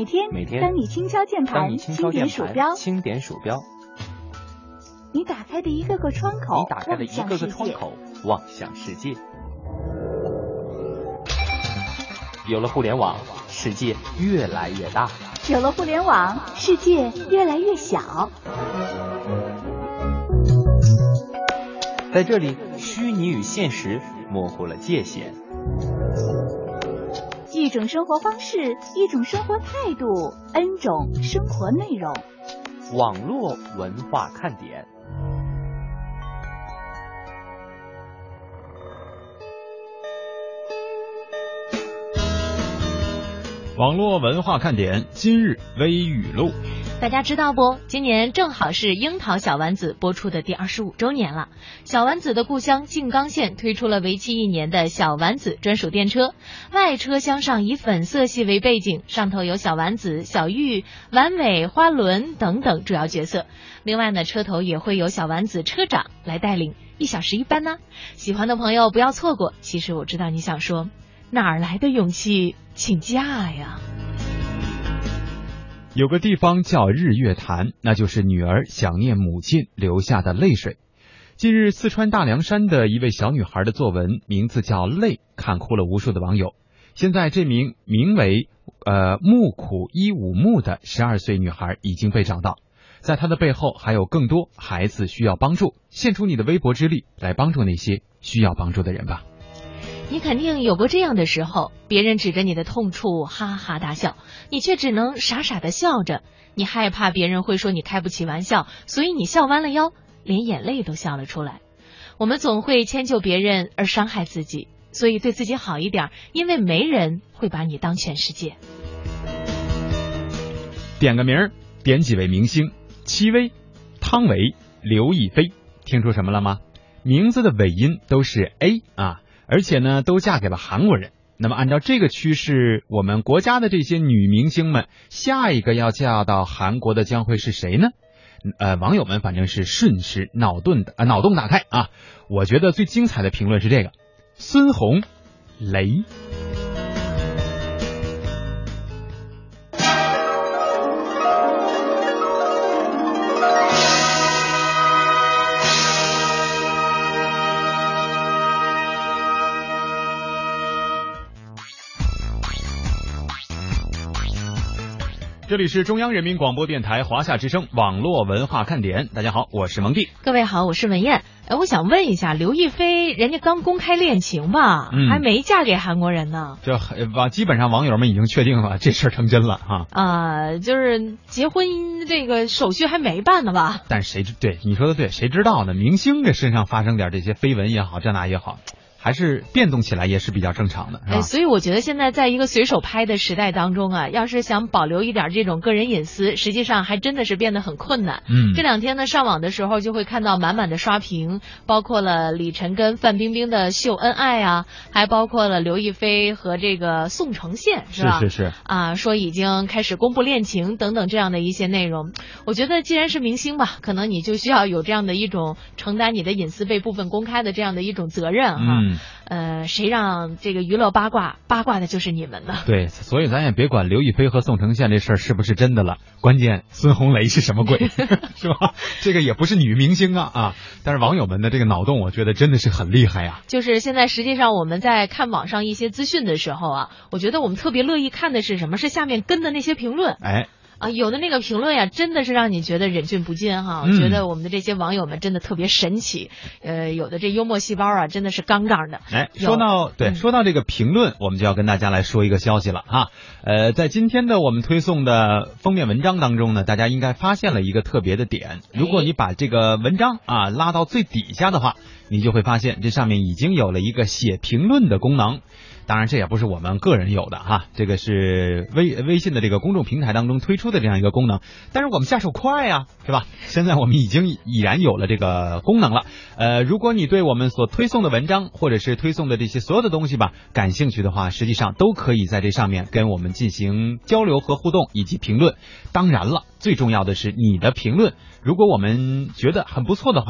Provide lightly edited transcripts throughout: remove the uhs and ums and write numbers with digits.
每天，当你轻敲键盘，轻点鼠标，你打开的一个个窗口， 望向世界。有了互联网，世界越来越大； 有了互联网，世界越来越小。 在这里，虚拟与现实模糊了界限。 一种生活方式，一种生活态度，N 种生活内容。 网络文化看点。 网络文化看点，今日微语录。 大家知道不？今年正好是樱桃小丸子播出的第25周年了。小丸子的故乡静冈县推出了为期1年的小丸子专属电车，外车厢上以粉色系为背景，上头有小丸子、小玉、丸尾、花轮等等主要角色。另外呢，车头也会有小丸子车长来带领，1小时1班呢。喜欢的朋友不要错过。其实我知道你想说，哪儿来的勇气请假呀？ 有个地方叫日月潭，那就是女儿想念母亲流下的泪水。近日，四川大凉山的一位小女孩的作文名字叫泪，看哭了无数的网友。现在这名为木苦一五木的12岁女孩已经被找到，在她的背后还有更多孩子需要帮助，献出你的微薄之力来帮助那些需要帮助的人吧。 你肯定有过这样的时候，别人指着你的痛处哈哈大笑，你却只能傻傻的笑着。你害怕别人会说你开不起玩笑，所以你笑弯了腰，连眼泪都笑了出来。我们总会迁就别人而伤害自己，所以对自己好一点，因为没人会把你当全世界。 点个名儿，点几位明星：戚薇、汤唯、刘亦菲。听出什么了吗？名字的尾音都是 A 啊。而且呢，都嫁给了韩国人。那么按照这个趋势，我们国家的这些女明星们，下一个要嫁到韩国的将会是谁呢？网友们反正是瞬时脑洞大开啊！我觉得最精彩的评论是这个：孙红雷。这里是中央人民广播电台华夏之声网络文化看点。大家好，我是蒙蒂。 各位好，我是文燕。我想问一下，刘亦菲人家刚公开恋情吧，还没嫁给韩国人呢。 基本上网友们已经确定了这事儿成真了哈。 就是结婚这个手续还没办呢吧？ 但对你说的对，谁知道呢？明星这身上发生点这些绯闻也好，这那也好，还是变动起来也是比较正常的，是吧？ 所以我觉得现在在一个随手拍的时代当中啊，要是想保留一点这种个人隐私，实际上还真的是变得很困难。这两天呢，上网的时候就会看到满满的刷屏，包括了李晨跟范冰冰的秀恩爱啊，还包括了刘亦菲和这个宋承宪，是吧？ 是啊，说已经开始公布恋情等等这样的一些内容。我觉得既然是明星吧，可能你就需要有这样的一种承担你的隐私被部分公开的这样的一种责任哈。谁让这个娱乐八卦的就是你们呢？对， 所以咱也别管刘亦菲和宋承宪这事儿是不是真的了，关键孙红雷是什么鬼，是吧？这个也不是女明星啊，但是网友们的这个脑洞，我觉得真的是很厉害啊。 就是现在实际上我们在看网上一些资讯的时候啊，我觉得我们特别乐意看的是什么？是下面跟的那些评论。有的那个评论呀，真的是让你觉得忍俊不禁哈。我觉得我们的这些网友们真的特别神奇，有的这幽默细胞啊，真的是杠杠的。 说到这个评论，我们就要跟大家来说一个消息了哈。在今天的我们推送的封面文章当中呢，大家应该发现了一个特别的点。如果你把这个文章拉到最底下的话，你就会发现这上面已经有了一个写评论的功能。当然这也不是我们个人有的哈，这个是微信的这个公众平台当中推出的这样一个功能，但是我们下手快呀，是吧？现在我们已然有了这个功能了。如果你对我们所推送的文章或者是推送的这些所有的东西吧感兴趣的话，实际上都可以在这上面跟我们进行交流和互动以及评论。当然了，最重要的是你的评论，如果我们觉得很不错的话，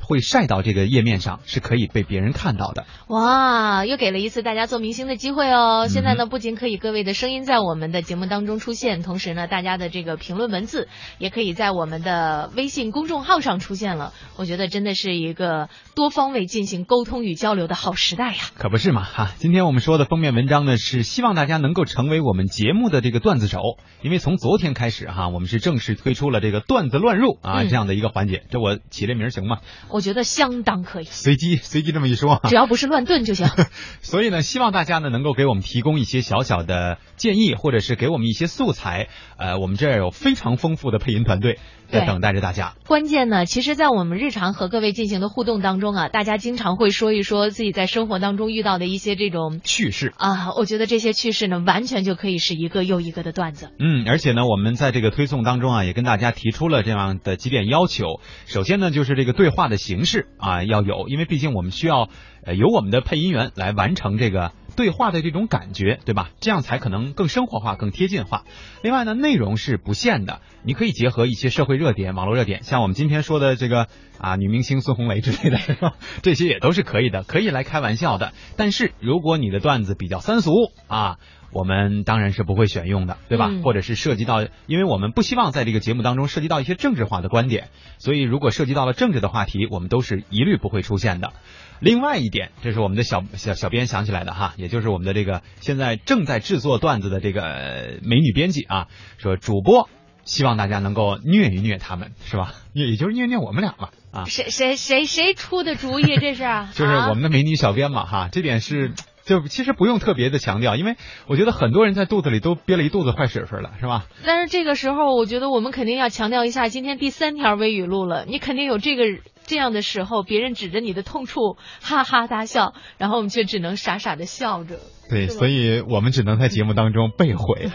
会晒到这个页面上，是可以被别人看到的。 哇，又给了一次大家做明星的机会哦。现在呢，不仅可以各位的声音在我们的节目当中出现，同时呢，大家的这个评论文字也可以在我们的微信公众号上出现了。我觉得真的是一个多方位进行沟通与交流的好时代呀。 可不是嘛哈！今天我们说的封面文章呢，是希望大家能够成为我们节目的这个段子手，因为从昨天开始哈，我们是正式推出了这个段子乱入这样的一个环节。这我起这名行吗？ 我觉得相当可以， 随机这么一说， 只要不是乱炖就行。 所以呢，希望大家呢能够给我们提供一些小小的建议，或者是给我们一些素材。我们这儿有非常丰富的配音团队在等待着大家。 关键呢，其实在我们日常和各位进行的互动当中啊，大家经常会说一说自己在生活当中遇到的一些这种趣事啊，我觉得这些趣事呢，完全就可以是一个又一个的段子。 而且呢，我们在这个推送当中啊，也跟大家提出了这样的几点要求。首先呢，就是这个对话的形式要有，因为毕竟我们需要由我们的配音员来完成这个对话的这种感觉，对吧？这样才可能更生活化、更贴近化。另外呢，内容是不限的，你可以结合一些社会热点、网络热点，像我们今天说的这个女明星孙红雷之类的，这些也都是可以的，可以来开玩笑的。但是如果你的段子比较三俗我们当然是不会选用的，对吧？或者是涉及到，因为我们不希望在这个节目当中涉及到一些政治化的观点，所以如果涉及到了政治的话题，我们都是一律不会出现的。另外一点，这是我们的小编想起来的哈，也就是我们的这个现在正在制作段子的这个美女编辑说主播希望大家能够虐一虐他们，是吧？也就是虐我们俩嘛谁出的主意这是就是我们的美女小编嘛这点是就其实不用特别的强调，因为我觉得很多人在肚子里都憋了一肚子坏水分了，是吧？ 但是这个时候我觉得我们肯定要强调一下，今天第3条微语录了，你肯定有这样的时候，别人指着你的痛处哈哈大笑，然后我们却只能傻傻的笑着。 对，所以我们只能在节目当中被毁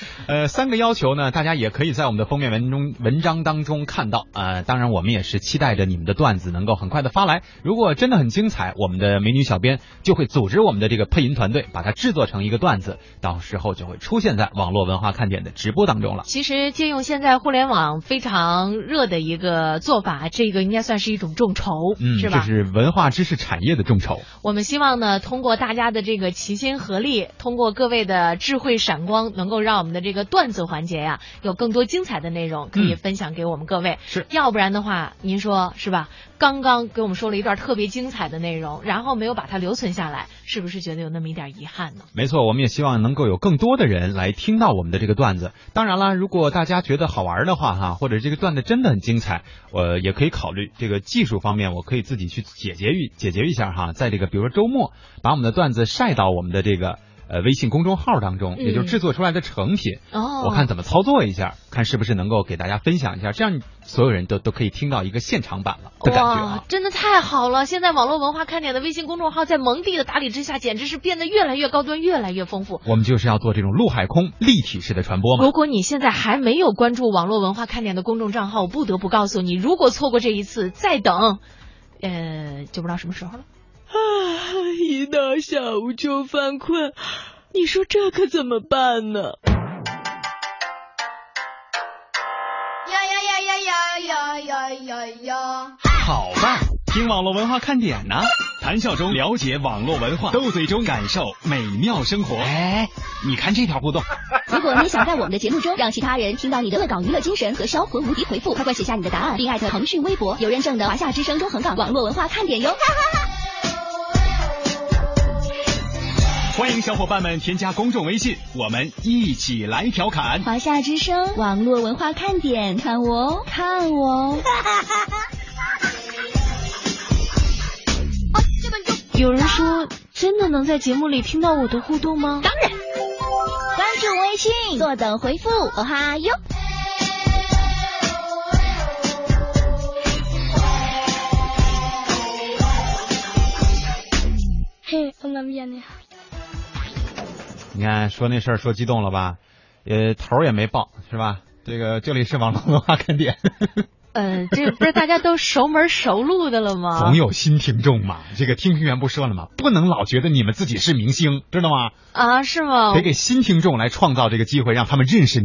3个要求呢，大家也可以在我们的封面文章当中看到。当然我们也是期待着你们的段子能够很快的发来，如果真的很精彩，我们的美女小编就会组织我们的这个配音团队把它制作成一个段子，到时候就会出现在网络文化看点的直播当中了。 其实借用现在互联网非常热的一个做法，这个应该算是一种众筹，是吧？ 这是文化知识产业的众筹。 我们希望呢，通过大家的这个齐心合力，通过各位的智慧闪光，能够让我们的这个段子环节有更多精彩的内容可以分享给我们各位。 是， 要不然的话，您说是吧？刚刚给我们说了一段特别精彩的内容，然后没有把它留存下来，是不是觉得有那么一点遗憾呢？ 没错，我们也希望能够有更多的人来听到我们的这个段子。当然了，如果大家觉得好玩的话或者这个段子真的很精彩，我也可以考虑这个技术方面，我可以自己去解决一下在这个比如说周末把我们的段子晒到我们的这个微信公众号当中，也就是制作出来的成品我看怎么操作一下，看是不是能够给大家分享一下，这样所有人都可以听到一个现场版了的感觉真的太好了！现在网络文化看点的微信公众号在蒙蒂的打理之下，简直是变得越来越高端，越来越丰富。 我们就是要做这种陆海空立体式的传播嘛。 如果你现在还没有关注网络文化看点的公众账号，我不得不告诉你，如果错过这一次，再等就不知道什么时候了。 一到下午就犯困，你说这可怎么办呢？ 好办，听网络文化看点呢，谈笑中了解网络文化，斗嘴中感受美妙生活。你看这条互动。 如果你想在我们的节目中让其他人听到你的恶搞娱乐精神和销魂无敌回复，快写下你的答案，并艾特腾讯微博有认证的华夏之声中横岗网络文化看点哟。 欢迎小伙伴们添加公众微信，我们一起来调侃。 华夏之声网络文化看点，看我看我。 有人说，真的能在节目里听到我的互动吗？ 当然，关注微信，坐等回复，哦哈哟。 嘿，我那边呢？ 你看说那事儿说激动了吧？头也没报是吧？这里是网络文化看点。 这不是大家都熟门熟路的了吗？ 总有新听众嘛，这个听评员不说了吗？不能老觉得你们自己是明星，知道吗？ 是吗？ 得给新听众来创造这个机会，让他们认识你们。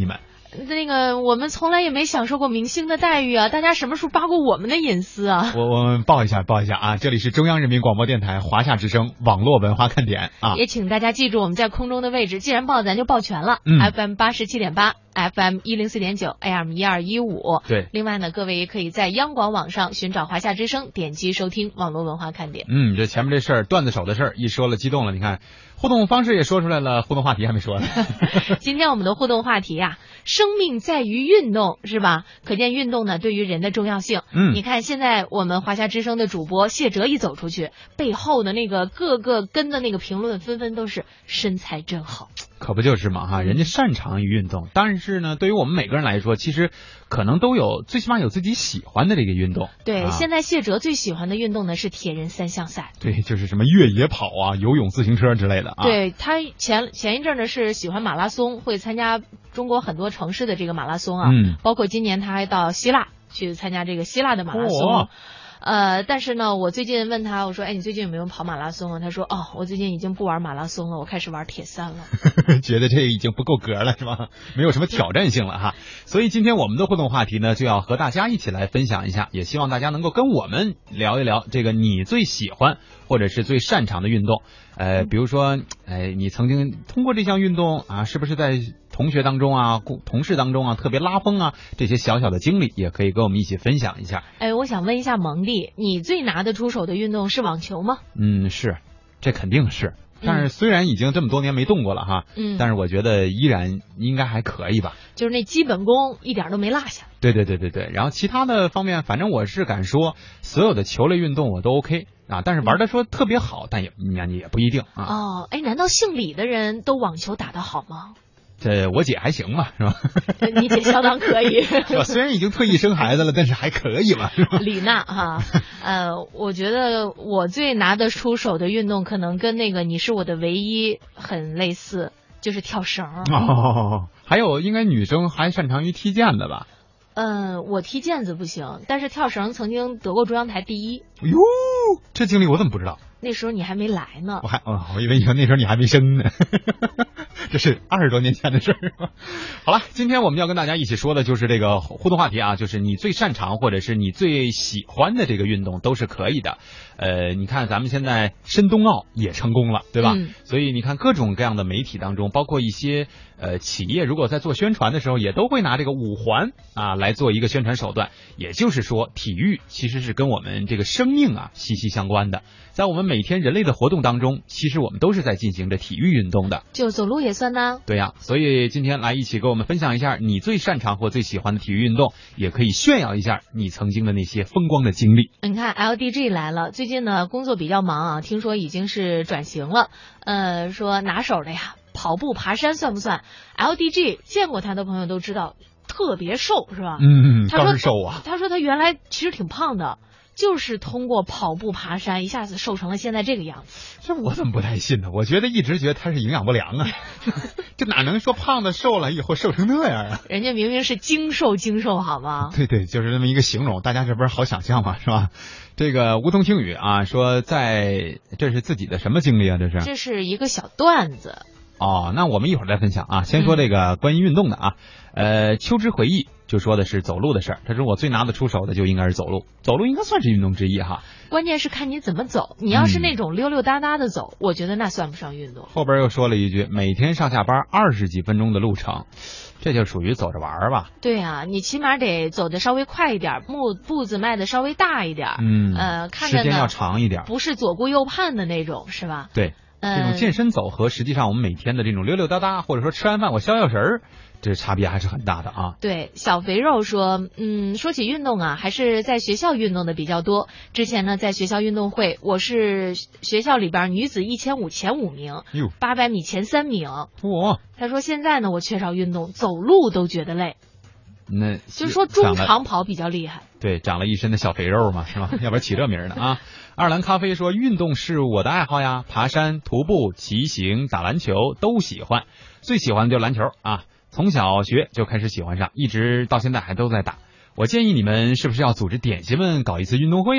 那个我们从来也没享受过明星的待遇啊，大家什么时候扒过我们的隐私啊？ 我们报一下啊，这里是中央人民广播电台华夏之声网络文化看点啊。 也请大家记住我们在空中的位置，既然报咱就报全了。FM 87.8 FM 104.9 AM 1215。 对， 另外呢，各位也可以在央广网上寻找华夏之声，点击收听网络文化看点。 这前面这事儿，段子手的事儿一说了，激动了。你看，互动方式也说出来了，互动话题还没说呢。 今天我们的互动话题啊，生命在于运动，是吧？可见运动呢对于人的重要性。你看现在我们华夏之声的主播谢哲一走出去，背后的那个各个跟的那个评论纷纷都是身材真好。 可不就是嘛哈，人家擅长于运动，但是呢，对于我们每个人来说，其实可能都有最起码有自己喜欢的这个运动。 对，现在谢哲最喜欢的运动呢是铁人三项赛。 对，就是什么越野跑啊、游泳、自行车之类的啊。 对，他前一阵呢是喜欢马拉松，会参加中国很多城市的这个马拉松啊，包括今年他还到希腊去参加这个希腊的马拉松。但是呢，我最近问他，我说，你最近有没有跑马拉松啊？他说，我最近已经不玩马拉松了，我开始玩铁三了。 觉得这已经不够格了，是吧？没有什么挑战性了哈。所以今天我们的互动话题呢，就要和大家一起来分享一下，也希望大家能够跟我们聊一聊这个你最喜欢或者是最擅长的运动。比如说，你曾经通过这项运动啊，是不是在同学当中啊、同事当中啊特别拉风啊？这些小小的经历也可以跟我们一起分享一下。 我想问一下蒙蒂，你最拿得出手的运动是网球吗？ 是，这肯定是。但是虽然已经这么多年没动过了哈，但是我觉得依然应该还可以吧。 就是那基本功一点都没落下。 对。然后其他的方面，反正我是敢说，所有的球类运动我都 OK 啊。但是玩的说特别好，但也不一定啊。 难道姓李的人都网球打得好吗？ 这我姐还行嘛，是吧？ 你姐相当可以， 是吧？虽然已经退役生孩子了，但是还可以嘛，是吧？ 李娜哈，我觉得我最拿得出手的运动，可能跟那个你是我的唯一很类似，就是跳绳。 还有应该女生还擅长于踢毽子吧？ 我踢毽子不行，但是跳绳曾经得过中央台第一。 哟，这经历我怎么不知道？ 那时候你还没来呢。 我以为你说那时候你还没生呢。这是20多年前的事儿。好了，今天我们要跟大家一起说的就是这个互动话题啊，就是你最擅长或者是你最喜欢的这个运动都是可以的。你看咱们现在申冬奥也成功了，对吧？所以你看各种各样的媒体当中，包括一些企业如果在做宣传的时候，也都会拿这个5环啊来做一个宣传手段。也就是说，体育其实是跟我们这个生命啊息息相关的。在我们每天人类的活动当中，其实我们都是在进行着体育运动的。 就走路也算呢。 对呀，所以今天来一起跟我们分享一下你最擅长或最喜欢的体育运动，也可以炫耀一下你曾经的那些风光的经历。 你看 LDG 来了，最近呢工作比较忙啊，听说已经是转型了。说拿手的呀，跑步爬山算不算？ LDG 见过他的朋友都知道，特别瘦是吧？ 倒是瘦啊。 他说他原来其实挺胖的，就是通过跑步爬山一下子瘦成了现在这个样子。 这我怎么不太信呢？我一直觉得他是营养不良啊。这哪能说胖的瘦了以后瘦成那样啊？ 人家明明是精瘦好吗？ 对，就是这么一个形容，大家这不是好想象吗？是吧？这个梧桐听雨啊，说这是自己的什么经历啊？这是一个小段子。 那我们一会儿再分享啊。先说这个关于运动的啊。秋之回忆就说的是走路的事儿。他说我最拿得出手的就应该是走路应该算是运动之一哈。 关键是看你怎么走，你要是那种溜溜达达的走，我觉得那算不上运动。 后边又说了一句，每天上下班20几分钟的路程，这就属于走着玩吧。 对啊，你起码得走得稍微快一点，步子迈得稍微大一点，看着呢时间要长一点， 不是左顾右盼的那种，是吧？ 对，这种健身走和实际上我们每天的这种溜溜达达，或者说吃完饭我消消食儿，这差别还是很大的啊。 对，小肥肉说，说起运动啊，还是在学校运动的比较多。之前呢，在学校运动会，我是学校里边女子1500前5名，800米前3名。他说现在呢，我缺少运动，走路都觉得累。 那就是说中长跑比较厉害。 对，长了一身的小肥肉嘛，是吧？要不然起这名呢啊。二兰咖啡说，运动是我的爱好呀，爬山、徒步、骑行、打篮球都喜欢，最喜欢的就是篮球啊。从小学就开始喜欢上，一直到现在还都在打。我建议你们是不是要组织点心们搞一次运动会呢？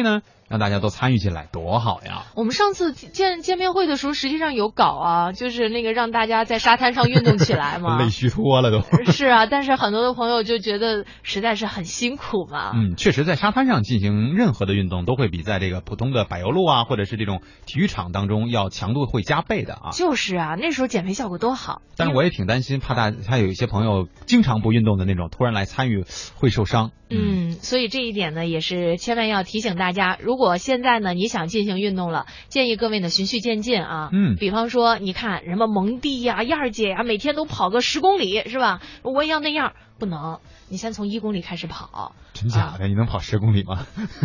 让大家都参与进来，多好呀！ 我们上次见面会的时候，实际上有搞啊，就是那个让大家在沙滩上运动起来嘛， 累虚脱了都。 是啊，但是很多的朋友就觉得实在是很辛苦嘛。 确实，在沙滩上进行任何的运动，都会比在这个普通的柏油路啊，或者是这种体育场当中要强度会加倍的啊。 就是啊，那时候减肥效果多好。 但是我也挺担心，怕他有一些朋友经常不运动的那种，突然来参与会受伤。 所以这一点呢，也是千万要提醒大家，如果现在呢你想进行运动了，建议各位呢循序渐进啊。比方说，你看什么蒙蒂呀、燕儿姐呀，每天都跑个10公里，是吧？我也要那样，不能，你先从1公里开始跑。 真假的？你能跑10公里吗？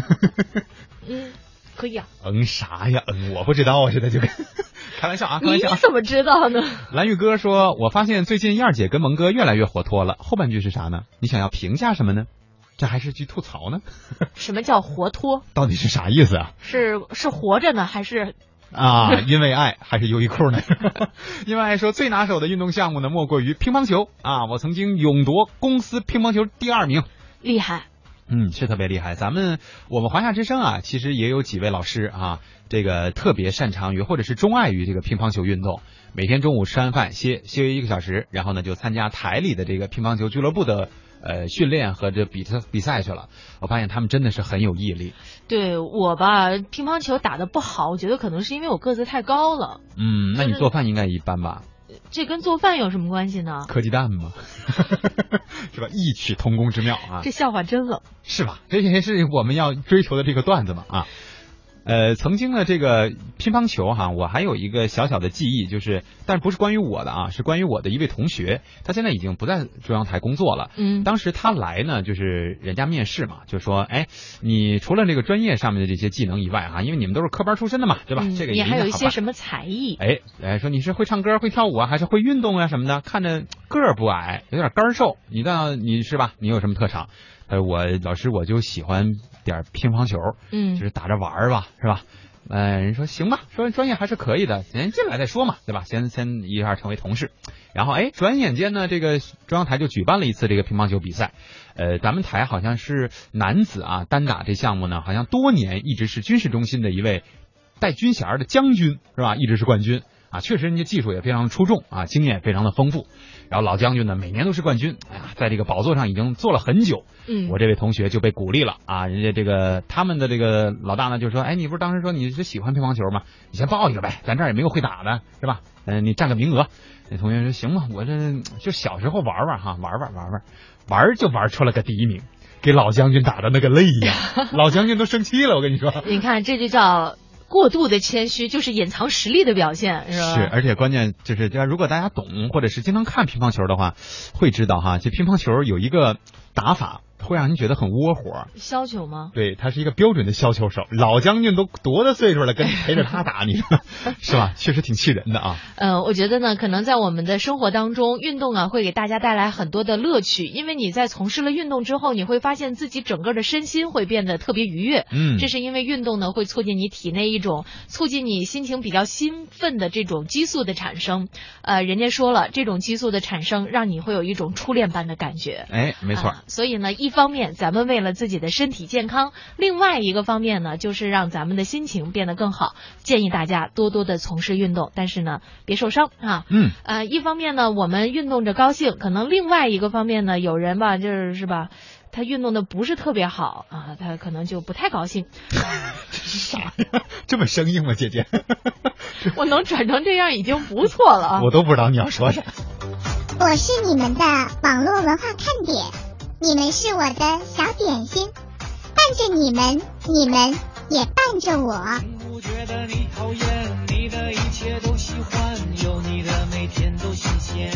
可以啊。 啥呀？我不知道啊，现在就开玩笑啊，开玩笑。 你怎么知道呢？ 蓝玉哥说，我发现最近燕儿姐跟蒙哥越来越活脱了。后半句是啥呢？你想要评价什么呢？这还是句吐槽呢？ 什么叫活脱？ 到底是啥意思啊？ 是活着呢，还是因为爱，还是优衣库呢？因为爱说最拿手的运动项目呢，莫过于乒乓球啊！我曾经勇夺公司乒乓球第2名， 厉害。 是特别厉害。我们华夏之声啊，其实也有几位老师啊，这个特别擅长于或者是钟爱于这个乒乓球运动。每天中午吃完饭歇1个小时，然后呢就参加台里的这个乒乓球俱乐部的训练和这比赛去了。我发现他们真的是很有毅力。 对我吧，乒乓球打得不好，我觉得可能是因为我个子太高了。 那你做饭应该一般吧？ 这跟做饭有什么关系呢？ 磕鸡蛋吗？是吧？异曲同工之妙啊！ 这笑话真冷， 是吧？这也是我们要追求的这个段子嘛啊！曾经的这个乒乓球哈，我还有一个小小的记忆，但是不是关于我的啊，是关于我的一位同学，他现在已经不在中央台工作了。当时他来呢，就是人家面试嘛，就说，你除了这个专业上面的这些技能以外哈，因为你们都是科班出身的嘛，对吧？这个你还有一些什么才艺？ 说你是会唱歌、会跳舞啊，还是会运动啊什么的？看着个儿不矮，有点干瘦，你是吧？你有什么特长？老师我就喜欢点乒乓球，就是打着玩吧，是吧？人说行吧，说专业还是可以的，先进来再说嘛，对吧？先一下成为同事，然后转眼间呢，这个中央台就举办了一次这个乒乓球比赛，咱们台好像是男子啊单打这项目呢，好像多年一直是军事中心的一位带军衔的将军，是吧？一直是冠军啊，确实人家技术也非常的出众啊，经验也非常的丰富。然后老将军呢，每年都是冠军，在这个宝座上已经坐了很久。我这位同学就被鼓励了啊，人家他们的这个老大呢就说，你不是当时说你是喜欢乒乓球吗？你先报一个呗，咱这儿也没有会打的，是吧？你占个名额。那同学说行吧，我这就小时候玩就玩出了个第1名，给老将军打的那个累呀，老将军都生气了，我跟你说。 你看，这就叫过度的谦虚，就是隐藏实力的表现，是吧？ 是，而且关键就是如果大家懂或者是经常看乒乓球的话，会知道哈，这乒乓球有一个打法会让人觉得很窝火。 削球吗？ 对，他是一个标准的削球手，老将军都多大岁数了，跟陪着他打，你说是吧？确实挺气人的啊。 我觉得呢，可能在我们的生活当中，运动啊会给大家带来很多的乐趣，因为你在从事了运动之后，你会发现自己整个的身心会变得特别愉悦。这是因为运动呢会促进你体内一种促进你心情比较兴奋的这种激素的产生。人家说了，这种激素的产生让你会有一种初恋般的感觉。 没错。 所以呢，一方面咱们为了自己的身体健康，另外一个方面呢，就是让咱们的心情变得更好。建议大家多多的从事运动，但是呢，别受伤啊。一方面呢，我们运动着高兴，可能另外一个方面呢，有人吧，是吧？他运动的不是特别好啊，他可能就不太高兴。 这是啥呀？这么生硬吗，姐姐？ 我能转成这样已经不错了啊！ 我都不知道你要说啥。 我是你们的网络文化看点，你们是我的小点心，伴着你们，你们也伴着我。 不觉得你讨厌，你的一切都喜欢，有你的每天都新鲜，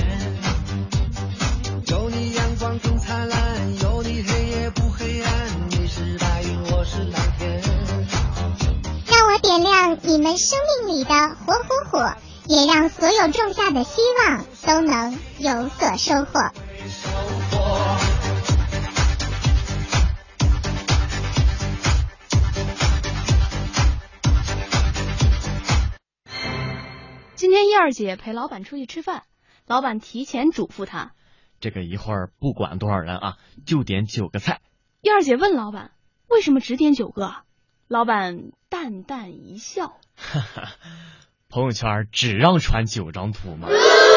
有你阳光更灿烂，有你黑夜不黑暗，你是白云，我是蓝天。 让我点亮你们生命里的火火火，也让所有种下的希望都能有所收获。 今天燕儿姐陪老板出去吃饭，老板提前嘱咐她， 这个一会儿不管多少人啊，就点9个菜。 燕儿姐问老板，为什么只点9个？ 老板淡淡一笑， 哈哈，朋友圈只让传9张图吗？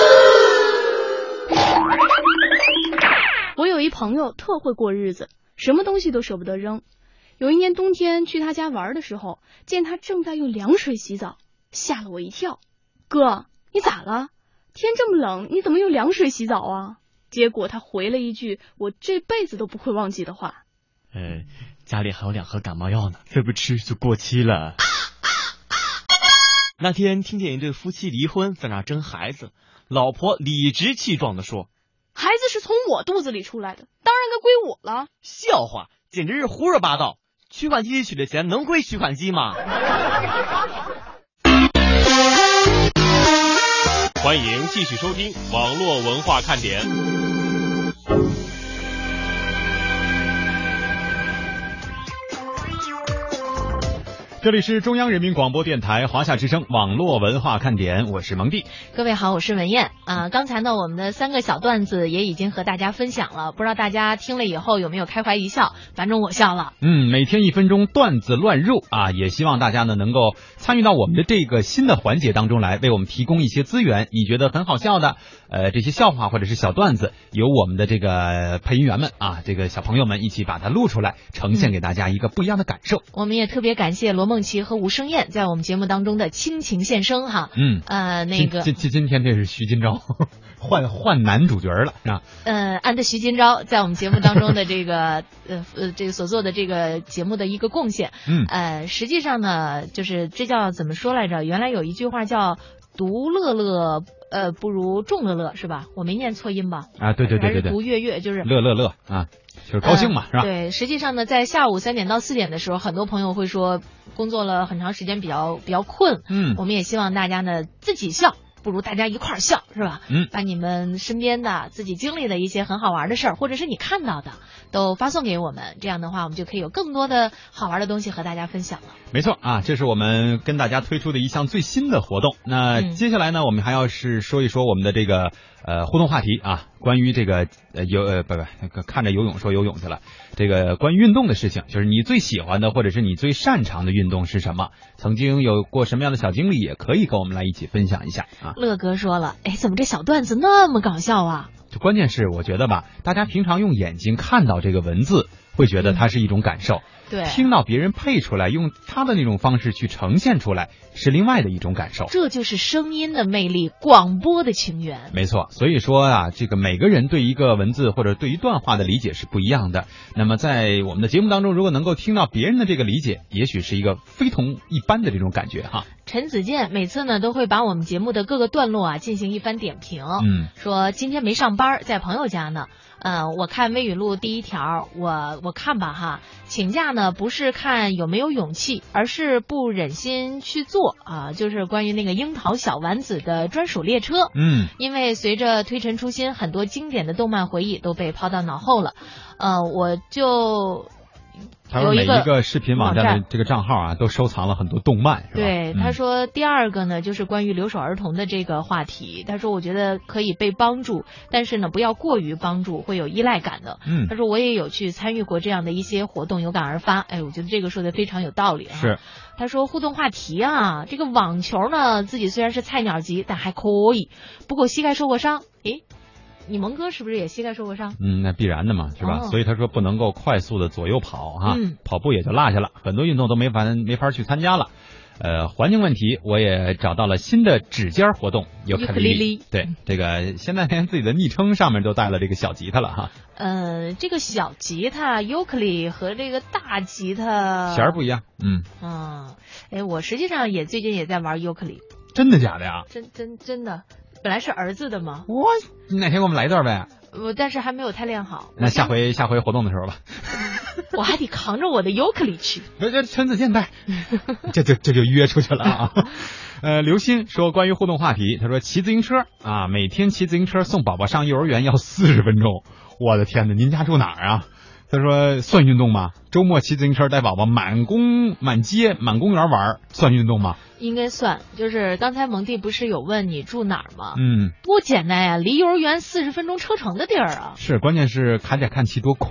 我有一朋友特会过日子，什么东西都舍不得扔。有一年冬天去他家玩的时候，见他正在用凉水洗澡，吓了我一跳。哥，你咋了？天这么冷，你怎么用凉水洗澡啊？结果他回了一句我这辈子都不会忘记的话。 家里还有2盒感冒药呢，再不吃就过期了。那天听见一对夫妻离婚，在那争孩子，老婆理直气壮地说：“ 孩子是从我肚子里出来的，当然该归我了。” 笑话，简直是胡说八道！取款机里取的钱能归取款机吗？ 欢迎继续收听网络文化看点。这里是中央人民广播电台华夏之声网络文化看点，我是蒙蒂。 各位好，我是文燕啊。刚才呢，我们的3个小段子也已经和大家分享了，不知道大家听了以后有没有开怀一笑？反正我笑了。 每天1分钟段子乱入啊，也希望大家呢能够参与到我们的这个新的环节当中来，为我们提供一些资源。你觉得很好笑的这些笑话或者是小段子，由我们的这个配音员们啊，这个小朋友们一起把它录出来，呈现给大家一个不一样的感受。 我们也特别感谢罗梦琪和吴声燕在我们节目当中的倾情献声哈。那个今天这是徐金钊换男主角了是吧？ 安的徐金钊在我们节目当中的这个这个所做的这个节目的一个贡献。实际上呢，就是这叫怎么说来着？原来有一句话叫独乐乐不如众乐乐，是吧？我没念错音吧？ 啊，对， 还是独乐乐，就是乐乐乐啊，就是高兴嘛，是吧？ 对，实际上呢，在下午3点到4点的时候，很多朋友会说工作了很长时间比较困。我们也希望大家呢自己笑，不如大家一块儿笑，是吧？把你们身边的自己经历的一些很好玩的事儿，或者是你看到的，都发送给我们。这样的话，我们就可以有更多的好玩的东西和大家分享了。 没错啊，这是我们跟大家推出的一项最新的活动。那接下来呢，我们还要是说一说我们的这个互动话题啊，关于这个看着游泳说游泳去了。这个关于运动的事情，就是你最喜欢的或者是你最擅长的运动是什么？曾经有过什么样的小经历，也可以跟我们来一起分享一下啊。 乐哥说了，怎么这小段子那么搞笑啊？ 就关键是我觉得吧，大家平常用眼睛看到这个文字，会觉得它是一种感受。 对， 听到别人配出来，用他的那种方式去呈现出来，是另外的一种感受。 这就是声音的魅力，广播的情缘。 没错，所以说啊，这个每个人对一个文字或者对一段话的理解是不一样的。那么在我们的节目当中，如果能够听到别人的这个理解，也许是一个非同一般的这种感觉哈。 陈子健每次呢都会把我们节目的各个段落啊进行一番点评。说今天没上班，在朋友家呢。我看微语录第1条，我看吧哈，请假呢不是看有没有勇气，而是不忍心去做啊，就是关于那个樱桃小丸子的专属列车。因为随着推陈出新，很多经典的动漫回忆都被抛到脑后了。我就他说每一个视频网站的这个账号啊，都收藏了很多动漫，是吧？ 对，他说第2个呢，就是关于留守儿童的这个话题。他说我觉得可以被帮助，但是呢不要过于帮助，会有依赖感的。他说我也有去参与过这样的一些活动，有感而发。我觉得这个说的非常有道理啊。 是。 他说互动话题啊，这个网球呢，自己虽然是菜鸟级，但还可以，不过膝盖受过伤。你蒙哥是不是也膝盖受过伤？ 那必然的嘛，是吧？所以他说不能够快速的左右跑哈，跑步也就落下了，很多运动都没法去参加了。环境问题，我也找到了新的指尖活动，尤克里里。对，这个现在连自己的昵称上面都带了这个小吉他了哈。 这个小吉他尤克里和这个大吉他弦儿不一样。 我实际上最近也在玩尤克里。 真的假的呀？ 真的。本来是儿子的嘛， 你哪天给我们来一段呗？ 但是还没有太练好。 那下回活动的时候吧。 我还得扛着我的尤克里去。 这陈子健带，这就约出去了啊。刘鑫说关于互动话题，他说骑自行车啊，每天骑自行车送宝宝上幼儿园要40分钟。我的天哪，您家住哪儿啊？他说算运动吗？周末骑自行车带宝宝满街满公园玩，算运动吗？ 应该算。就是刚才蒙蒂不是有问你住哪儿吗？ 多简单呀，离幼儿园40分钟车程的地儿啊。 是，关键是还得看骑多快。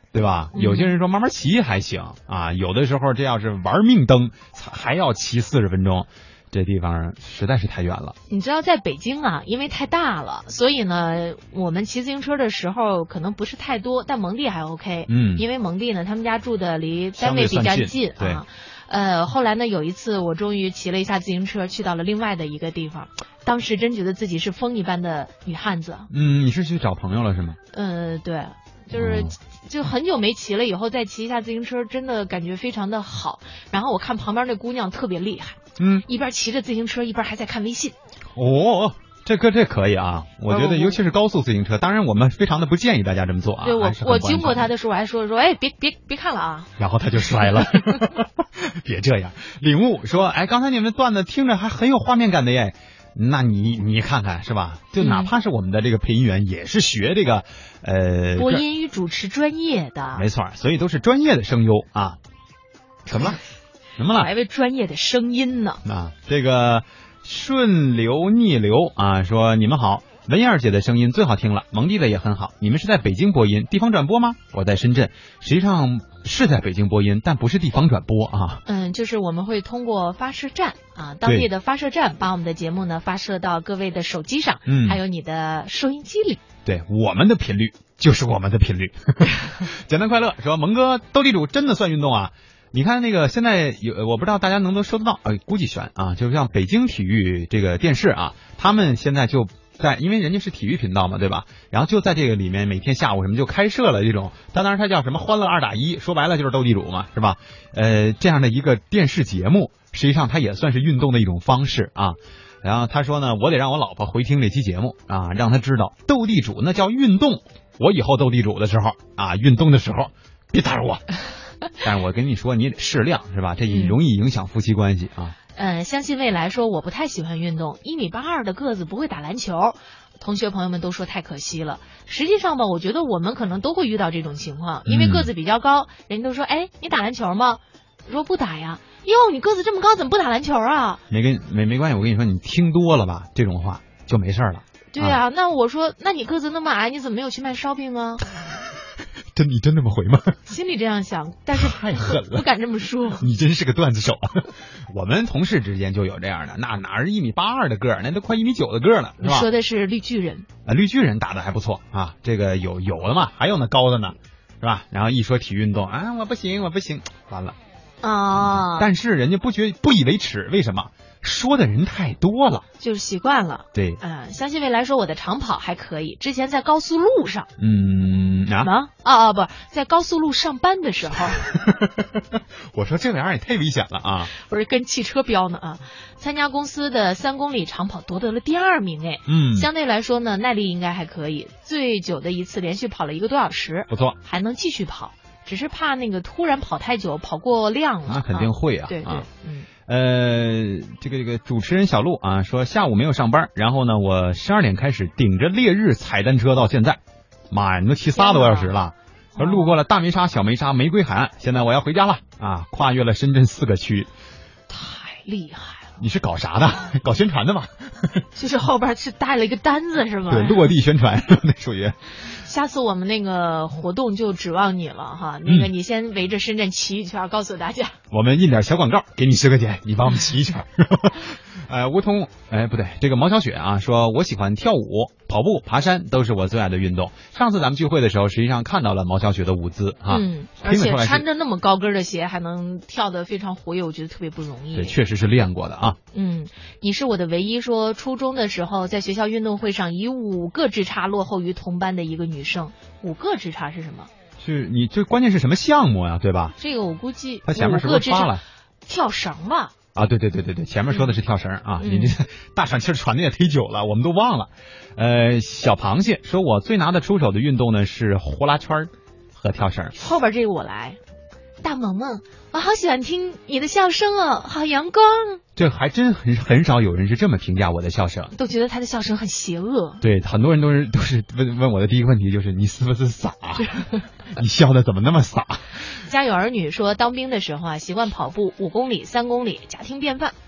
对吧？有些人说慢慢骑还行啊，有的时候这要是玩命蹬，还要骑40分钟。这地方实在是太远了。 你知道在北京啊，因为太大了，所以呢，我们骑自行车的时候可能不是太多，但蒙蒂还 OK。因为蒙蒂呢，他们家住的离单位比较近啊。后来呢，有一次我终于骑了一下自行车，去到了另外的一个地方，当时真觉得自己是风一般的女汉子。 你是去找朋友了是吗？ 对。就很久没骑了，以后再骑一下自行车，真的感觉非常的好。然后我看旁边那姑娘特别厉害，一边骑着自行车，一边还在看微信。 哦，这可以啊，我觉得尤其是高速自行车，当然我们非常的不建议大家这么做啊。 对，我经过他的时候，我还说，哎，别看了啊。 然后他就摔了。别这样。领悟说，哎，刚才你们段子听着还很有画面感的耶。那你看看是吧？就哪怕是我们的这个配音员，也是学这个播音与主持专业的， 没错，所以都是专业的声优啊。怎么了？ 还为专业的声音呢？ 这个顺流逆流啊，说你们好，文燕姐的声音最好听了，蒙蒂的也很好。你们是在北京播音，地方转播吗？我在深圳，实际上是在北京播音，但不是地方转播啊。 就是我们会通过发射站啊，当地的发射站把我们的节目呢发射到各位的手机上，还有你的收音机里。 对，我们的频率就是我们的频率。简单快乐说，蒙哥斗地主真的算运动啊？你看那个现在我不知道大家能不能收得到，估计悬啊，就是像北京体育这个电视啊，他们现在就因为人家是体育频道嘛，对吧？然后就在这个里面每天下午什么就开设了这种，当然它叫什么欢乐2打1，说白了就是斗地主嘛，是吧？这样的一个电视节目，实际上它也算是运动的一种方式啊。然后他说呢，我得让我老婆回听这期节目啊，让她知道斗地主那叫运动。我以后斗地主的时候啊，运动的时候别打扰我。但是我跟你说，你得适量，是吧？这容易影响夫妻关系啊。 相信未来说我不太喜欢运动，1.82米的个子不会打篮球，同学朋友们都说太可惜了。实际上吧，我觉得我们可能都会遇到这种情况，因为个子比较高，人家都说，哎，你打篮球吗？说不打呀。哟，你个子这么高，怎么不打篮球啊？ 没关系，我跟你说，你听多了吧，这种话就没事了。 对啊，那我说，那你个子那么矮，你怎么没有去卖烧饼呢？ 你真这么回吗？ 心里这样想，但是太狠了， 不敢这么说。 你真是个段子手啊！我们同事之间就有这样的，那哪是1.82米的个儿，那都快1.9米的个儿了，是吧？ 你说的是绿巨人啊，绿巨人打的还不错啊，这个有的嘛，还有那高的呢，是吧？然后一说体育运动啊，我不行，完了啊！ 但是人家不以为耻，为什么？说的人太多了， 就是习惯了。 对， 相信未来说我的长跑还可以，之前在高速路上，不，在高速路上班的时候， 我说这玩意儿也太危险了啊！ 不是跟汽车飙呢啊！参加公司的3公里长跑夺得了第2名，哎，相对来说呢，耐力应该还可以，最久的一次连续跑了1个多小时， 不错， 还能继续跑，只是怕那个突然跑太久，跑过量了。 那肯定会啊， 对， 这个主持人小鹿啊说下午没有上班，然后呢我12点开始顶着烈日踩单车到现在，妈呀，你都骑3个多小时了。说路过了大梅沙、小梅沙、玫瑰海岸，现在我要回家了啊！跨越了深圳4个区， 太厉害了！ 你是搞啥的？搞宣传的吧？ 就是后边是带了一个单子是吗？ 对，落地宣传那属于。 下次我们那个活动就指望你了哈，那个你先围着深圳骑一圈，告诉大家。 我们印点小广告，给你10个钱，你帮我们骑一圈。梧桐，不对，这个毛小雪啊，说我喜欢跳舞、跑步、爬山，都是我最爱的运动。上次咱们聚会的时候，实际上看到了毛小雪的舞姿啊， 而且穿着那么高跟的鞋还能跳得非常活跃，我觉得特别不容易。 对，确实是练过的啊。 你是我的唯一。说初中的时候，在学校运动会上以5个之差落后于同班的一个女生。5个之差是什么？ 是你这关键是什么项目呀，对吧？ 这个我估计他前面是不是发了跳绳吧？ 啊，对，前面说的是跳绳啊，你这大喘气喘的也忒久了，我们都忘了。小螃蟹说，我最拿得出手的运动呢是呼啦圈和跳绳。 后边这个我来。大萌萌，我好喜欢听你的笑声哦，好阳光。 这还真很少有人是这么评价我的笑声， 都觉得他的笑声很邪恶。 对，很多人都是问我的第一个问题就是你是不是傻？你笑的怎么那么傻？ 家有儿女说，当兵的时候啊，习惯跑步5公里、3公里，家庭便饭。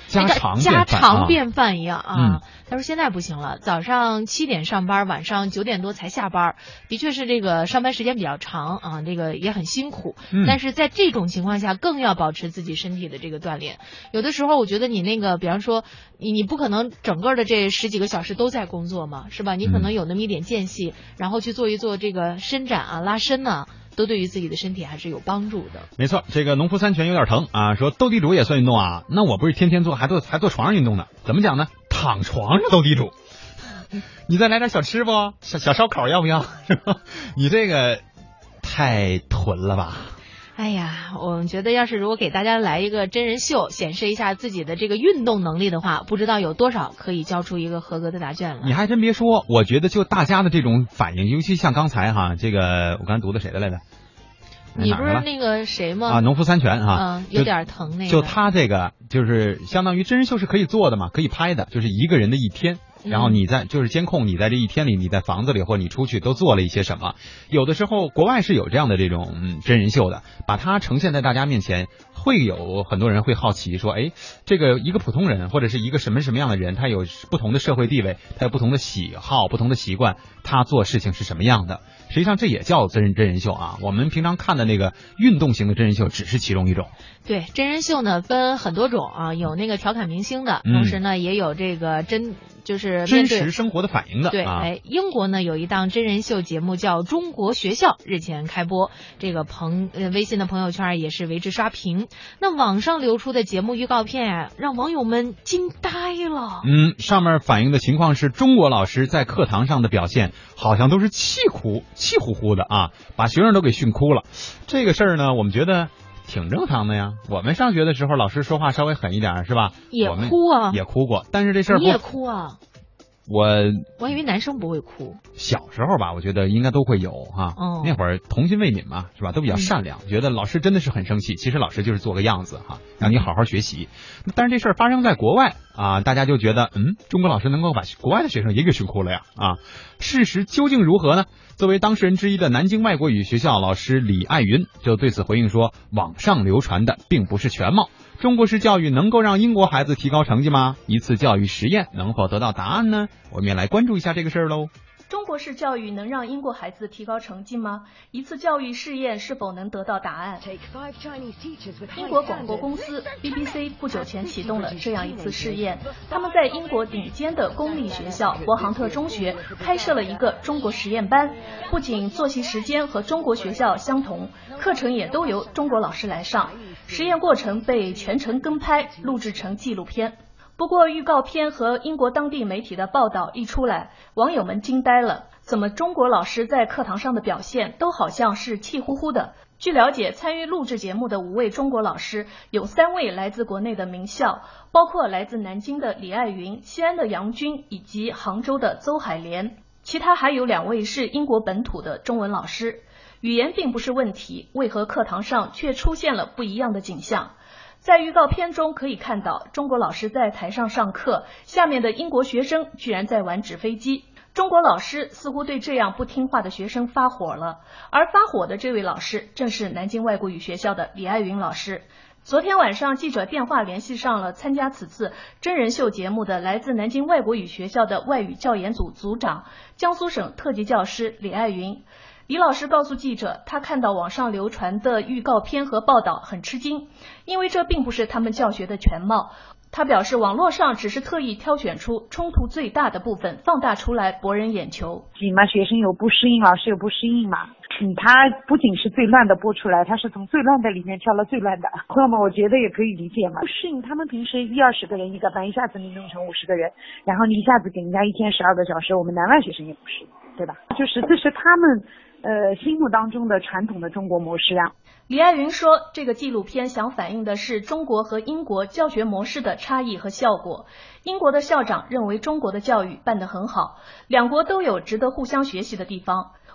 家常便饭一样啊。他说现在不行了，早上7点上班，晚上9点多才下班，的确是这个上班时间比较长啊，这个也很辛苦。但是在这种情况下，更要保持自己身体的这个锻炼。有的时候我觉得你那个，比方说你不可能整个的这10几个小时都在工作嘛，是吧？你可能有那么一点间隙，然后去做一做这个伸展啊、拉伸啊，都对于自己的身体还是有帮助的。 没错，这个农夫3拳有点疼啊，说斗地主也算运动啊？那我不是天天做，还坐床上运动呢？怎么讲呢？躺床上斗地主。你再来点小吃不？小烧烤要不要？你这个太囤了吧？ 哎呀，我觉得要是如果给大家来一个真人秀，显示一下自己的这个运动能力的话，不知道有多少可以交出一个合格的答卷了。 你还真别说，我觉得就大家的这种反应，尤其像刚才哈，这个我刚才读的谁的来着？ 你不是那个谁吗？ 啊，农夫3拳啊， 有点疼那个。 就他这个就是相当于真人秀是可以做的嘛，可以拍的，就是一个人的一天。然后你在就是监控你在这一天里，你在房子里或者你出去都做了一些什么。有的时候国外是有这样的这种真人秀的，把它呈现在大家面前，会有很多人会好奇说，哎，这个一个普通人或者是一个什么样的人，他有不同的社会地位，他有不同的喜好、不同的习惯，他做事情是什么样的。实际上这也叫真人秀啊。我们平常看的那个运动型的真人秀只是其中一种。 对，真人秀呢分很多种啊，有那个调侃明星的，同时呢也有这个就是真实生活的反应的。 对，英国呢有一档真人秀节目叫《中国学校》，日前开播，这个微信的朋友圈也是为之刷屏。那网上流出的节目预告片让网友们惊呆了。 上面反映的情况是中国老师在课堂上的表现好像都是气呼呼的啊，把学生都给训哭了。这个事儿呢，我们觉得挺正常的呀。我们上学的时候，老师说话稍微狠一点，是吧？ 也哭啊， 也哭过。但是这事儿你也哭啊？我以为男生不会哭。 小时候吧，我觉得应该都会有哈。那会儿童心未泯嘛，是吧？都比较善良，觉得老师真的是很生气。其实老师就是做个样子哈，让你好好学习。但是这事儿发生在国外啊，大家就觉得中国老师能够把国外的学生也给训哭了呀啊！事实究竟如何呢？作为当事人之一的南京外国语学校老师李爱云就对此回应说，网上流传的并不是全貌。中国式教育能够让英国孩子提高成绩吗？一次教育实验能否得到答案呢？我们也来关注一下这个事儿喽。 中国式教育能让英国孩子提高成绩吗？一次教育试验是否能得到答案？英国广播公司 BBC 不久前启动了这样一次试验，他们在英国顶尖的公立学校伯杭特中学开设了一个中国实验班，不仅作息时间和中国学校相同，课程也都由中国老师来上。实验过程被全程跟拍，录制成纪录片。不过预告片和英国当地媒体的报道一出来，网友们惊呆了，怎么中国老师在课堂上的表现都好像是气呼呼的？据了解，参与录制节目的5位中国老师，有3位来自国内的名校，包括来自南京的李爱云、西安的杨军以及杭州的邹海莲，其他还有2位是英国本土的中文老师。语言并不是问题，为何课堂上却出现了不一样的景象？在预告片中可以看到，中国老师在台上上课，下面的英国学生居然在玩纸飞机。中国老师似乎对这样不听话的学生发火了，而发火的这位老师正是南京外国语学校的李爱云老师。昨天晚上，记者电话联系上了参加此次真人秀节目的来自南京外国语学校的外语教研组组长、江苏省特级教师李爱云。李老师告诉记者，他看到网上流传的预告片和报道很吃惊，因为这并不是他们教学的全貌。他表示，网络上只是特意挑选出冲突最大的部分，放大出来博人眼球。 嘛，学生有不适应，老师有不适应嘛。他不仅是最乱的播出来，他是从最乱的里面挑了最乱的。那么我觉得也可以理解嘛。不适应，他们平时20个人一个班，一下子你弄成50个人，然后你一下子给人家一天12个小时，我们南外学生也不适应，对吧？就是这是他们心目当中的传统的中国模式啊。 李爱云说，这个纪录片想反映的是中国和英国教学模式的差异和效果。英国的校长认为中国的教育办得很好，两国都有值得互相学习的地方。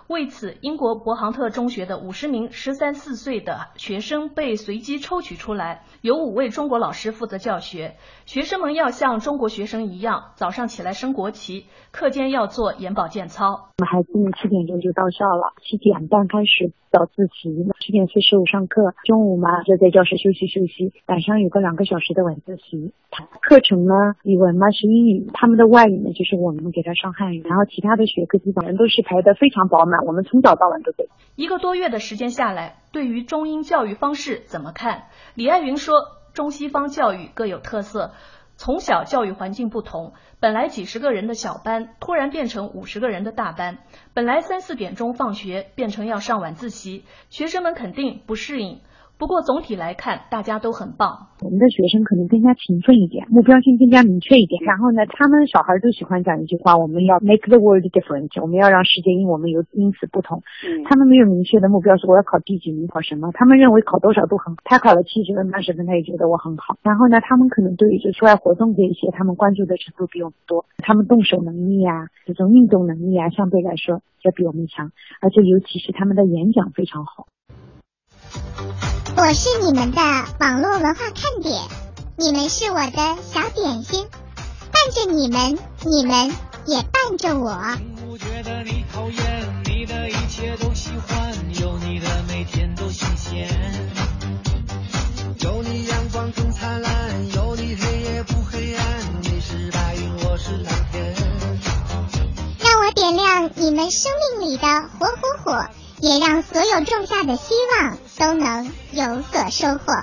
为此，英国伯杭特中学的50名13、14岁的学生被随机抽取出来，由5位中国老师负责教学。学生们要像中国学生一样，早上起来升国旗，课间要做眼保健操。 我们孩子们7点钟就到校了，7点半开始早自习，7点45上课，中午嘛就在教室休息，晚上有个2个小时的晚自习。课程呢，语文嘛是英语，他们的外语呢就是我们给他上汉语，然后其他的学科基本上都是排得非常饱满，我们从早到晚都得。 1个多月的时间下来，对于中英教育方式怎么看？李爱云说，中西方教育各有特色，从小教育环境不同，本来几十个人的小班突然变成50个人的大班，本来3、4点钟放学变成要上晚自习，学生们肯定不适应。不过总体来看，大家都很棒。 我们的学生可能更加勤奋一点，目标性更加明确一点。然后呢，他们小孩都喜欢讲一句话，我们要 make the world different， 我们要让世界因我们因此不同。他们没有明确的目标，说我要考第几名，考什么，他们认为考多少都很好。他考了70分、80分，他也觉得我很好。然后呢，他们可能对于这出外活动这一些，他们关注的程度比我们多。他们动手能力啊，这种运动能力啊，相对来说要比我们强，而且尤其是他们的演讲非常好。 我是你们的网络文化看点，你们是我的小点心，伴着你们，你们也伴着我。 不觉得你讨厌，你的一切都喜欢，有你的每天都新鲜，有你阳光更灿烂，有你黑夜不黑暗，你是白云，我是蓝天。 让我点亮你们生命里的火火火，也让所有种下的希望都能有所收获。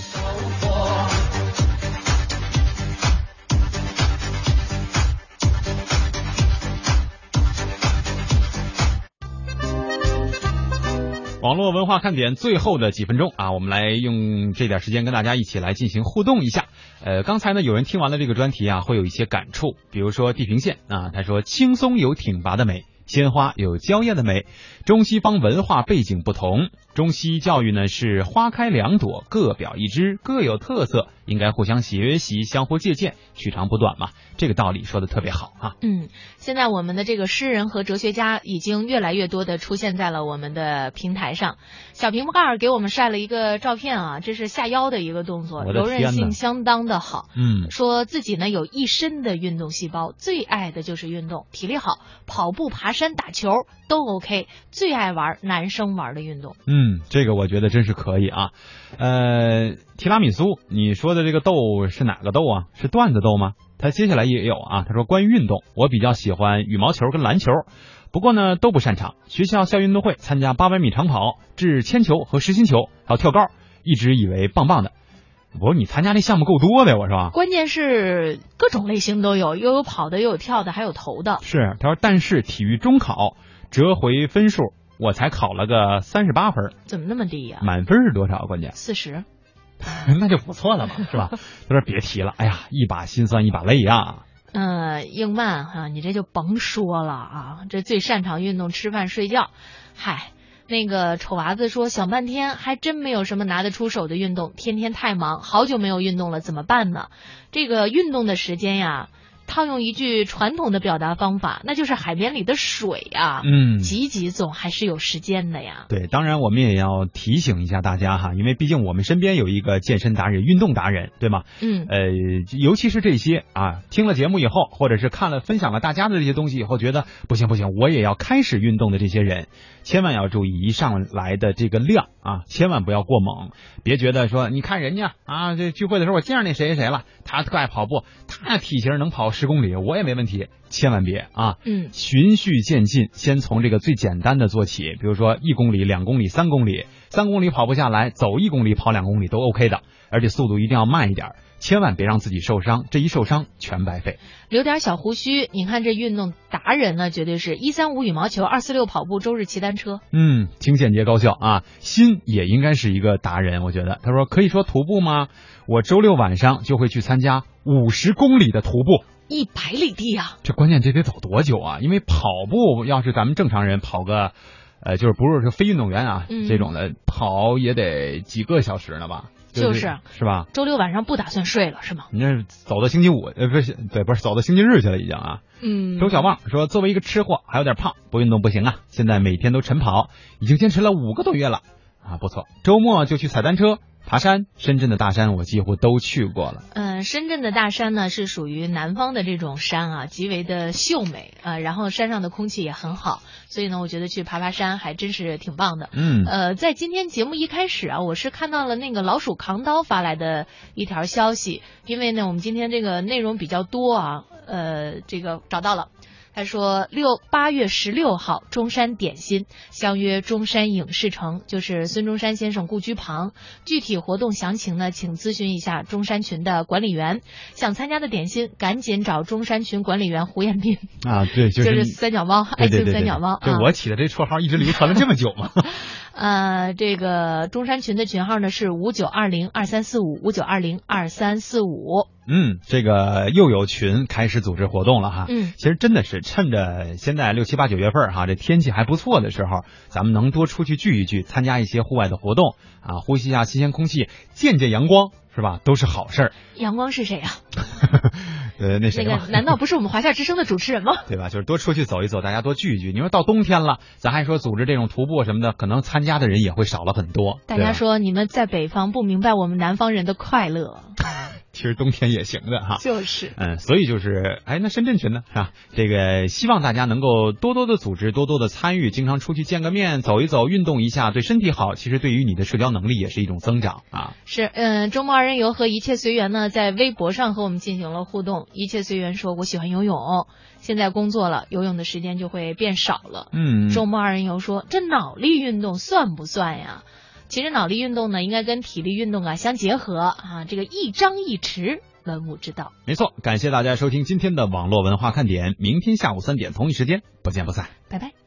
网络文化看点最后的几分钟啊，我们来用这点时间跟大家一起来进行互动一下。刚才呢有人听完了这个专题啊，会有一些感触，比如说地平线啊，他说轻松有挺拔的美，鲜花有娇艳的美，中西方文化背景不同，中西教育呢是花开两朵，各表一枝，各有特色，应该互相学习，相互借鉴，取长补短嘛。这个道理说的特别好啊。 现在我们的这个诗人和哲学家已经越来越多的出现在了我们的平台上。小屏幕盖给我们晒了一个照片啊，这是下腰的一个动作，柔韧性相当的好。说自己呢有一身的运动细胞，最爱的就是运动，体力好，跑步、爬山、打球都 OK， 最爱玩男生玩的运动。 这个我觉得真是可以啊。提拉米苏，你说的这个豆是哪个豆啊？是段子豆吗？他接下来也有啊，他说关于运动，我比较喜欢羽毛球跟篮球，不过呢都不擅长。学校校运动会参加800米长跑、掷铅球和实心球，还有跳高，一直以为棒棒的。我说你参加那项目够多的，我说。 关键是各种类型都有，又有跑的，又有跳的，还有投的。 是，他说但是体育中考折回分数，我才考了个38分。 怎么那么低呀？ 满分是多少？关键 40。 那就不错了嘛，是吧？他说别提了，哎呀，一把辛酸一把泪啊。 英曼啊，你这就甭说了啊，这最擅长运动，吃饭睡觉。嗨，那个丑娃子说想半天，还真没有什么拿得出手的运动，天天太忙，好久没有运动了，怎么办呢？这个运动的时间呀，套用一句传统的表达方法，那就是海边里的水啊，挤挤总还是有时间的呀。 对，当然我们也要提醒一下大家哈，因为毕竟我们身边有一个健身达人、运动达人，对吗？尤其是这些啊，听了节目以后，或者是看了分享了大家的这些东西以后，觉得不行，我也要开始运动的这些人，千万要注意一上来的这个量啊，千万不要过猛，别觉得说你看人家啊，这聚会的时候我见着那谁了，他特爱跑步，他体型能跑10公里，我也没问题，千万别啊。循序渐进，先从这个最简单的做起，比如说1公里、2公里、3公里，3公里跑不下来，走1公里、跑2公里都 OK 的，而且速度一定要慢一点，千万别让自己受伤，这一受伤全白费。 留点小胡须，你看这运动达人呢，绝对是135羽毛球、246跑步、周日骑单车。 挺简洁高效啊，心也应该是一个达人，我觉得。他说可以说徒步吗？我周6晚上就会去参加50公里的徒步。 100里地啊！ 这关键这得走多久啊？因为跑步要是咱们正常人跑个就是不是非运动员啊，这种的跑也得几个小时呢吧。 就是吧？ 周六晚上不打算睡了是吗？ 你这走到星期五，不是走到星期日去了已经啊。周小旺说，作为一个吃货还有点胖，不运动不行啊，现在每天都晨跑，已经坚持了5个多月了啊，不错。周末就去踩单车。爬山，深圳的大山我几乎都去过了。 深圳的大山呢是属于南方的这种山啊，极为的秀美然后山上的空气也很好，所以呢，我觉得去爬山还真是挺棒的。在今天节目一开始啊，我是看到了那个老鼠扛刀发来的一条消息，因为呢，我们今天这个内容比较多啊，这个找到了。他说8月16号中山点心相约中山影视城，就是孙中山先生故居旁，具体活动详情呢请咨询一下中山群的管理员，想参加的点心赶紧找中山群管理员胡彦斌啊，对，就是三脚猫，爱情三脚猫。 对，我起的这绰号一直流传了这么久吗？ 这个中山群的群号呢是5920234559202345。 这个又有群开始组织活动了哈。其实真的是趁着现在6、7、8、9月份哈，这天气还不错的时候，咱们能多出去聚一聚，参加一些户外的活动啊，呼吸一下新鲜空气，见见阳光，是吧？都是好事儿。 阳光是谁啊？ 那谁？ 难道不是我们华夏之声的主持人吗？ 对吧？就是多出去走一走，大家多聚一聚。你说到冬天了，咱还说组织这种徒步什么的，可能参加的人也会少了很多。 大家说你们在北方不明白我们南方人的快乐。 其实冬天也行的哈， 就是， 所以就是那深圳群呢啊，这个希望大家能够多多的组织，多多的参与，经常出去见个面，走一走，运动一下，对身体好，其实对于你的社交能力也是一种增长啊。 是，周末2人游和一切随缘呢，在微博上和我们进行了互动。一切随缘说，我喜欢游泳，现在工作了，游泳的时间就会变少了。周末2人游说，这脑力运动算不算呀？其实脑力运动呢，应该跟体力运动啊相结合啊，这个一张一弛，文武之道。 没错，感谢大家收听今天的网络文化看点，明天下午3点同一时间不见不散， 拜拜。